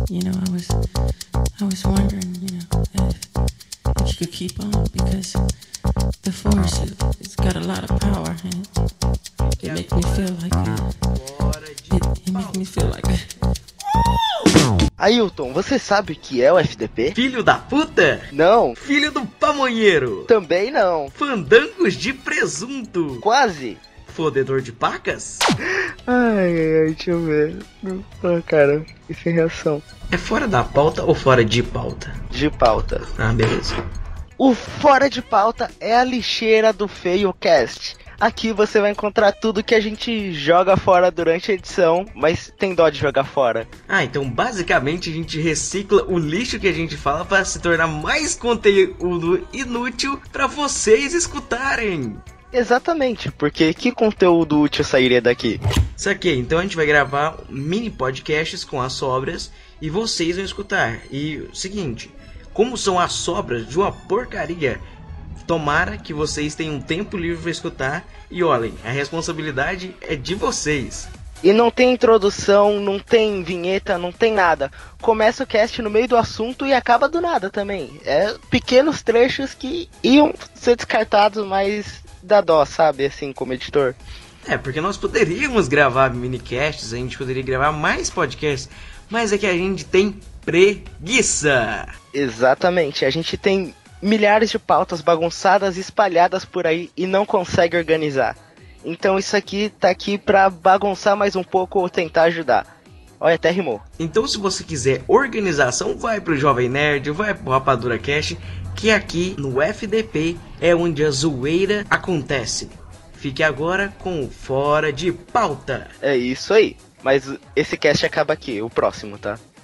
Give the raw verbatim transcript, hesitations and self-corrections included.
you know, I was, I was wondering, you know, if, if you could keep on, because the force, it, it's got a lot of power, and it, it makes me feel like, a, it, it makes me feel like a... Ailton, você sabe o que é o F D P? Filho da puta? Não. Filho do pamonheiro? Também não. Fandangos de presunto? Quase. Fodedor de pacas? Ai, ai, ai, deixa eu ver. Ah, cara, e sem reação. É fora da pauta ou fora de pauta? De pauta. Ah, beleza. O Fora de Pauta é a lixeira do FeioCast. Aqui você vai encontrar tudo que a gente joga fora durante a edição, mas tem dó de jogar fora. Ah, então basicamente a gente recicla o lixo que a gente fala para se tornar mais conteúdo inútil para vocês escutarem. Exatamente, porque que conteúdo útil sairia daqui? Saquei, então a gente vai gravar mini podcasts com as sobras e vocês vão escutar. E o seguinte, como são as sobras de uma porcaria, tomara que vocês tenham um tempo livre para escutar. E olhem, a responsabilidade é de vocês. E não tem introdução, não tem vinheta, não tem nada. Começa o cast no meio do assunto e acaba do nada também. É pequenos trechos que iam ser descartados, mas dá dó, sabe? Assim, como editor. É, porque nós poderíamos gravar minicasts, a gente poderia gravar mais podcasts, mas é que a gente tem preguiça. Exatamente, a gente tem milhares de pautas bagunçadas espalhadas por aí e não consegue organizar. Então isso aqui tá aqui pra bagunçar mais um pouco ou tentar ajudar. Olha, até rimou. Então se você quiser organização, vai pro Jovem Nerd, vai pro Rapadura Cash, que aqui no F D P é onde a zoeira acontece. Fique agora com o Fora de Pauta. É isso aí, mas esse cast acaba aqui, o próximo, tá?